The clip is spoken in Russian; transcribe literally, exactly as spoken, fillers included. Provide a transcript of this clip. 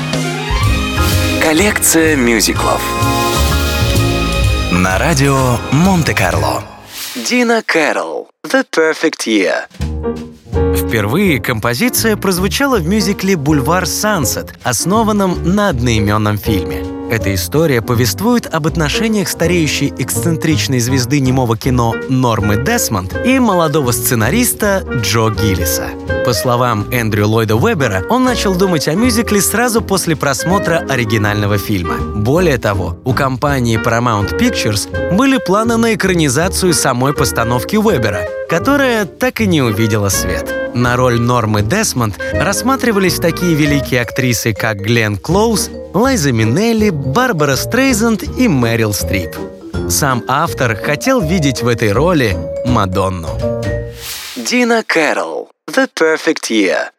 Коллекция мюзиклов на радио Монте-Карло. Дина Кэрролл «The Perfect Year». Впервые композиция прозвучала в мюзикле «Бульвар Сансет», основанном на одноименном фильме. Эта история повествует об отношениях стареющей эксцентричной звезды немого кино Нормы Десмонд и молодого сценариста Джо Гиллиса. По словам Эндрю Ллойда Уэббера, он начал думать о мюзикле сразу после просмотра оригинального фильма. Более того, у компании Paramount Pictures были планы на экранизацию самой постановки Уэббера, которая так и не увидела свет. На роль Нормы Десмонд рассматривались такие великие актрисы, как Гленн Клоуз, Лайза Минелли, Барбара Стрейзанд и Мэрил Стрип. Сам автор хотел видеть в этой роли Мадонну. Дина Кэрролл «The Perfect Year».